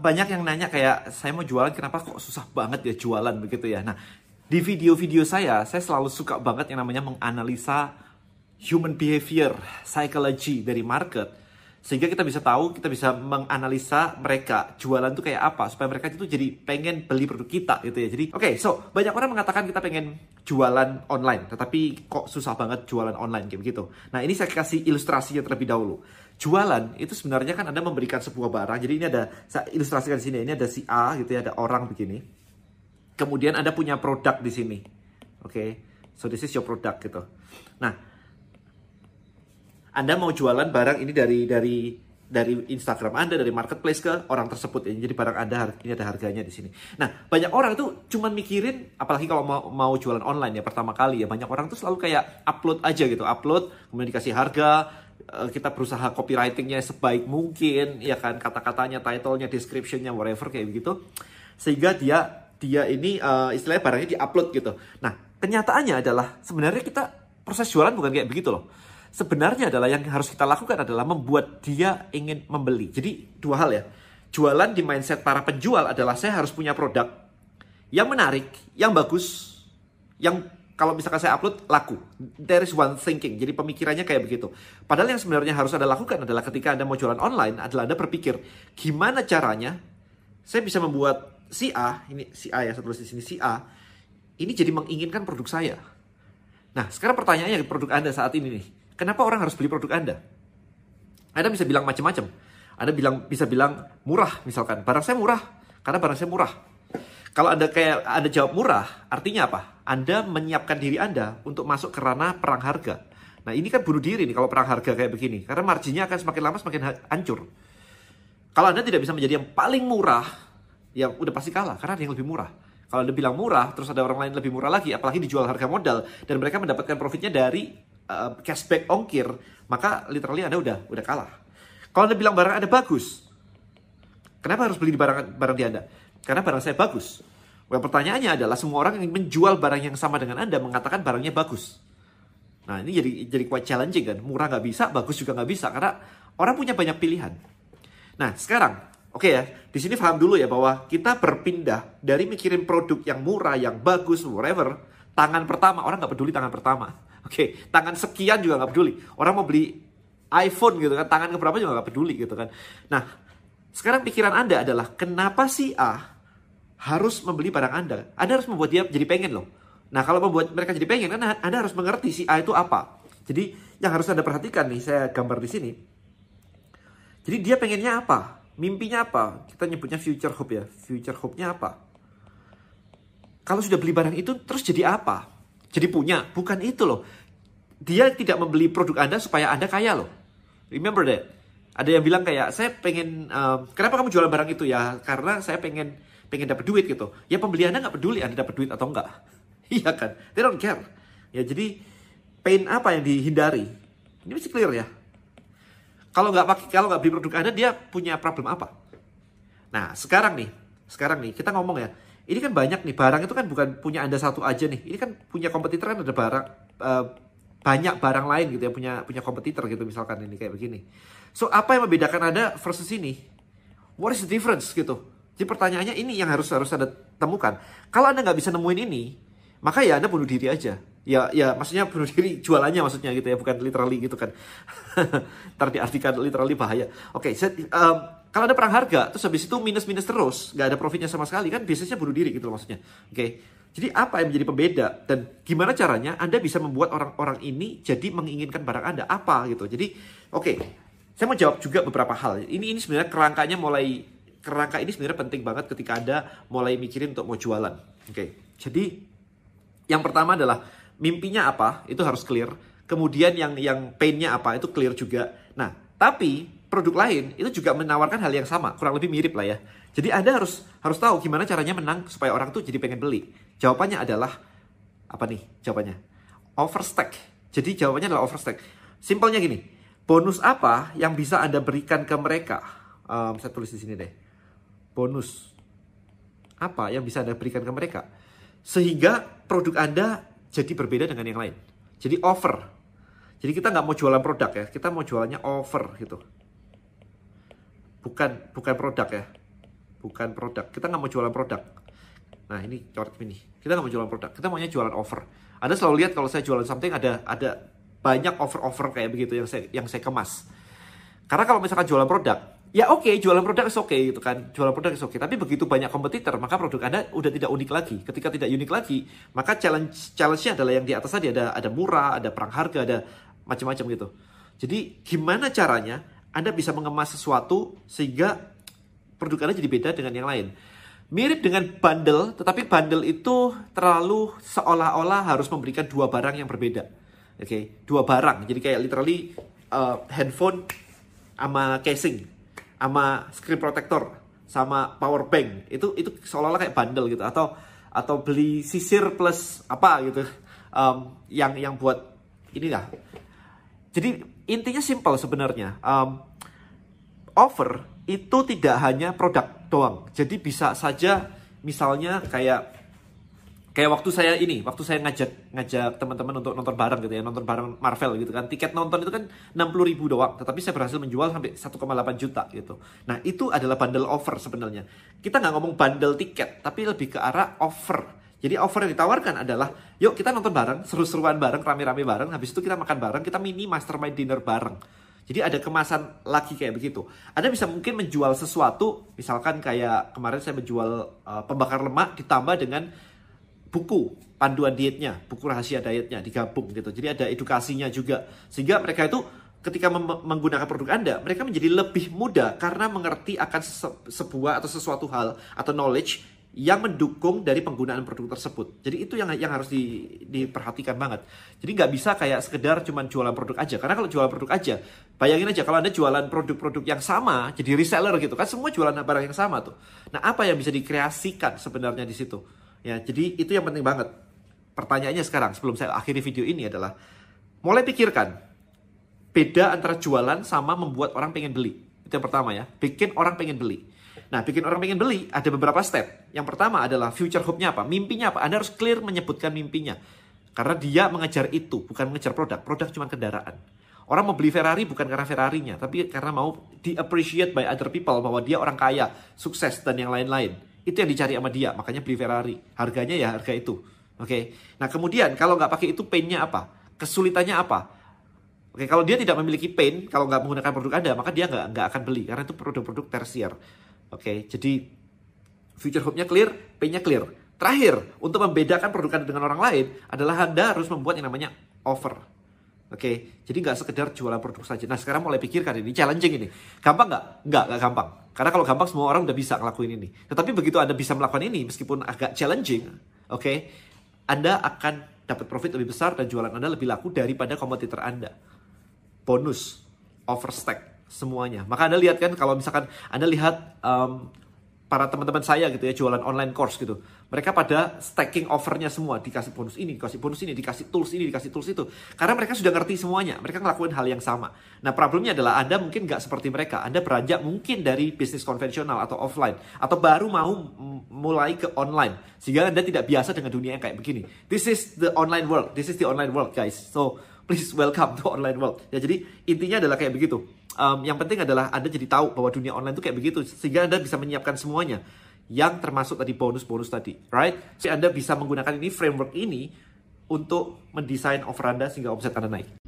banyak yang nanya kayak, saya mau jualan, kenapa kok susah banget ya jualan begitu ya. Nah, di video-video saya selalu suka banget yang namanya menganalisa human behavior, psychology dari market. Sehingga kita bisa tahu, kita bisa menganalisa mereka jualan tuh kayak apa, supaya mereka itu jadi pengen beli produk kita gitu ya. Jadi so banyak orang mengatakan kita pengen jualan online, tetapi kok susah banget jualan online kayak begitu. Nah, ini saya kasih ilustrasinya terlebih dahulu. Jualan itu sebenarnya kan Anda memberikan sebuah barang. Jadi ini ada, saya ilustrasikan di sini, ini ada si A gitu ya, ada orang begini. Kemudian Anda punya produk di sini. So this is your product gitu. Nah, Anda mau jualan barang ini dari Instagram Anda, dari marketplace ke orang tersebut ya. Jadi barang Anda ini ada harganya di sini. Nah, banyak orang itu cuma mikirin, apalagi kalau mau jualan online ya pertama kali ya, banyak orang tuh selalu kayak upload aja gitu, upload, kemudian dikasih harga, kita berusaha copywritingnya sebaik mungkin, ya kan, kata-katanya, title-nya, description-nya, whatever kayak begitu, sehingga dia ini istilahnya barangnya diupload gitu. Nah, kenyataannya adalah sebenarnya kita proses jualan bukan kayak begitu loh. Sebenarnya adalah yang harus kita lakukan adalah membuat dia ingin membeli. Jadi dua hal ya. Jualan di mindset para penjual adalah saya harus punya produk yang menarik, yang bagus, yang kalau misalkan saya upload laku. There is one thinking. Jadi pemikirannya kayak begitu. Padahal yang sebenarnya harus Anda lakukan adalah ketika Anda mau jualan online adalah Anda berpikir gimana caranya saya bisa membuat si A, ini si A ya, saya tulis di sini si A, ini jadi menginginkan produk saya. Nah, sekarang pertanyaannya produk Anda saat ini nih. Kenapa orang harus beli produk Anda? Anda bisa bilang macam-macam. Anda bisa bilang murah misalkan. Barang saya murah karena barang saya murah. Kalau Anda jawab murah, artinya apa? Anda menyiapkan diri Anda untuk masuk ke ranah perang harga. Nah, ini kan bunuh diri nih kalau perang harga kayak begini. Karena marginnya akan semakin lama semakin hancur. Kalau Anda tidak bisa menjadi yang paling murah, ya udah pasti kalah karena ada yang lebih murah. Kalau Anda bilang murah, terus ada orang lain lebih murah lagi, apalagi dijual harga modal, dan mereka mendapatkan profitnya dari cashback ongkir, maka literally Anda udah kalah. Kalau Anda bilang barang Anda bagus, kenapa harus beli di barang di Anda? Karena barang saya bagus. Well, pertanyaannya adalah semua orang yang menjual barang yang sama dengan Anda mengatakan barangnya bagus. Nah, ini jadi quite challenging kan. Murah nggak bisa, bagus juga nggak bisa, karena orang punya banyak pilihan. Nah, sekarang, ya, di sini paham dulu ya bahwa kita berpindah dari mikirin produk yang murah, yang bagus, whatever, tangan pertama, orang nggak peduli tangan pertama. Tangan sekian juga nggak peduli. Orang mau beli iPhone gitu kan, tangan keberapa juga nggak peduli gitu kan. Nah, sekarang pikiran Anda adalah kenapa si A harus membeli barang Anda? Anda harus membuat dia jadi pengen loh. Nah, kalau membuat mereka jadi pengen, kan Anda harus mengerti si A itu apa. Jadi, yang harus Anda perhatikan nih, saya gambar di sini. Jadi, dia pengennya apa? Mimpinya apa? Kita nyebutnya future hope ya. Future hope-nya apa? Kalau sudah beli barang itu, terus jadi apa? Jadi punya? Bukan itu loh. Dia tidak membeli produk Anda supaya Anda kaya loh. Remember that. Ada yang bilang kayak, saya pengen, kenapa kamu jualan barang itu ya? Karena saya pengen dapat duit gitu. Ya pembeli Anda nggak peduli Anda dapat duit atau enggak. Iya kan? They don't care. Ya jadi, pain apa yang dihindari? Ini mesti clear ya. Kalau nggak beli produk Anda, dia punya problem apa? Nah, sekarang nih, kita ngomong ya. Ini kan banyak nih, barang itu kan bukan punya Anda satu aja nih. Ini kan punya kompetitor kan ada barang, banyak barang lain gitu ya, punya kompetitor gitu misalkan ini kayak begini. So, apa yang membedakan Anda versus ini? What is the difference gitu? Jadi pertanyaannya ini yang harus Anda temukan. Kalau Anda nggak bisa nemuin ini, maka ya Anda bunuh diri aja. Ya maksudnya bunuh diri jualannya maksudnya gitu ya, bukan literally gitu kan. Ntar diartikan literally bahaya. Kalau ada perang harga, terus habis itu minus terus, nggak ada profitnya sama sekali, kan bisnisnya bunuh diri gitu loh maksudnya. Jadi apa yang menjadi pembeda dan gimana caranya Anda bisa membuat orang-orang ini jadi menginginkan barang Anda apa gitu. Jadi saya mau jawab juga beberapa hal. Ini sebenarnya kerangka ini sebenarnya penting banget ketika Anda mulai mikirin untuk mau jualan. Jadi yang pertama adalah mimpinya apa, itu harus clear. Kemudian yang pain-nya apa, itu clear juga. Nah, tapi produk lain itu juga menawarkan hal yang sama, kurang lebih mirip lah ya. Jadi Anda harus tahu gimana caranya menang supaya orang tuh jadi pengen beli. Jawabannya adalah apa nih? Jawabannya overstack. Jadi jawabannya adalah overstack. Simpelnya gini, bonus apa yang bisa Anda berikan ke mereka? Saya tulis di sini deh. Bonus apa yang bisa Anda berikan ke mereka sehingga produk Anda jadi berbeda dengan yang lain. Jadi offer. Jadi kita nggak mau jualan produk ya, kita mau jualannya offer gitu. Bukan produk ya. bukan produk. Kita nggak mau jualan produk. Nah, ini coret ini. Kita nggak mau jualan produk. Kita maunya jualan offer. Anda selalu lihat kalau saya jualan something ada banyak offer-offer kayak begitu yang saya kemas. Karena kalau misalkan jualan produk, ya oke, jualan produk is oke gitu kan. Jualan produk is oke. Tapi begitu banyak kompetitor, maka produk Anda udah tidak unik lagi. Ketika tidak unik lagi, maka challenge-nya adalah yang di atas tadi, ada murah, ada perang harga, ada macam-macam gitu. Jadi gimana caranya Anda bisa mengemas sesuatu sehingga produk Anda jadi beda dengan yang lain. Mirip dengan bundle, tetapi bundle itu terlalu seolah-olah harus memberikan dua barang yang berbeda. Oke, dua barang. Jadi kayak literally handphone sama casing, sama screen protector, sama power bank. Itu seolah-olah kayak bundle gitu, atau beli sisir plus apa gitu, yang buat ini lah. Jadi intinya simple sebenarnya. Offer itu tidak hanya produk doang. Jadi bisa saja misalnya kayak waktu saya ngajak teman-teman untuk nonton bareng gitu ya, nonton bareng Marvel gitu kan. Tiket nonton itu kan 60.000 doang, tetapi saya berhasil menjual sampai 1,8 juta gitu. Nah, itu adalah bundle offer sebenarnya. Kita nggak ngomong bundle tiket, tapi lebih ke arah offer. Jadi offer yang ditawarkan adalah, yuk kita nonton bareng, seru-seruan bareng, rame-rame bareng, habis itu kita makan bareng, kita mini mastermind dinner bareng. Jadi ada kemasan lagi kayak begitu. Anda bisa mungkin menjual sesuatu, misalkan kayak kemarin saya menjual pembakar lemak ditambah dengan buku panduan dietnya, buku rahasia dietnya digabung gitu. Jadi ada edukasinya juga. Sehingga mereka itu ketika menggunakan produk Anda, mereka menjadi lebih mudah karena mengerti akan sebuah atau sesuatu hal atau knowledge yang mendukung dari penggunaan produk tersebut. Jadi itu yang harus diperhatikan banget. Jadi nggak bisa kayak sekedar cuma jualan produk aja. Karena kalau jualan produk aja, bayangin aja kalau Anda jualan produk-produk yang sama, jadi reseller gitu kan, semua jualan barang yang sama tuh. Nah, apa yang bisa dikreasikan sebenarnya di situ? Ya, jadi itu yang penting banget. Pertanyaannya sekarang, sebelum saya akhiri video ini adalah, mulai pikirkan beda antara jualan sama membuat orang pengen beli. Itu yang pertama ya, bikin orang pengen beli. Nah, bikin orang pengen beli ada beberapa step. Yang pertama adalah future hope-nya apa? Mimpinya apa? Anda harus clear menyebutkan mimpinya. Karena dia mengejar itu, bukan mengejar produk. Produk cuma kendaraan. Orang mau beli Ferrari bukan karena Ferrarinya, tapi karena mau di-appreciate by other people bahwa dia orang kaya, sukses, dan yang lain-lain. Itu yang dicari sama dia, makanya beli Ferrari. Harganya ya harga itu. Oke. Nah, kemudian kalau nggak pakai itu, pain-nya apa? Kesulitannya apa? Oke, kalau dia tidak memiliki pain, kalau nggak menggunakan produk Anda, maka dia nggak akan beli. Karena itu produk-produk tersier. Oke, jadi future hope-nya clear, pain-nya clear. Terakhir, untuk membedakan produk Anda dengan orang lain adalah Anda harus membuat yang namanya offer. Oke, jadi nggak sekedar jualan produk saja. Nah, sekarang mulai pikirkan ini, challenging ini. Gampang nggak? Nggak gampang. Karena kalau gampang semua orang udah bisa ngelakuin ini. Tetapi begitu Anda bisa melakukan ini, meskipun agak challenging, oke, Anda akan dapat profit lebih besar dan jualan Anda lebih laku daripada kompetitor Anda. Bonus, overstack, semuanya. Maka Anda lihat kan, kalau misalkan Anda lihat para teman-teman saya gitu ya, jualan online course gitu. Mereka pada stacking offernya semua. Dikasih bonus ini, dikasih bonus ini, dikasih tools ini, dikasih tools itu. Karena mereka sudah ngerti semuanya. Mereka ngelakuin hal yang sama. Nah, problemnya adalah Anda mungkin nggak seperti mereka. Anda beranjak mungkin dari bisnis konvensional atau offline. Atau baru mau mulai ke online. Sehingga Anda tidak biasa dengan dunia yang kayak begini. This is the online world. This is the online world, guys. So, please welcome to online world. Ya, jadi intinya adalah kayak begitu. Yang penting adalah Anda jadi tahu bahwa dunia online itu kayak begitu, sehingga Anda bisa menyiapkan semuanya, yang termasuk tadi bonus-bonus tadi, right? Jadi Anda bisa menggunakan ini, framework ini, untuk mendesain offer Anda sehingga omset Anda naik.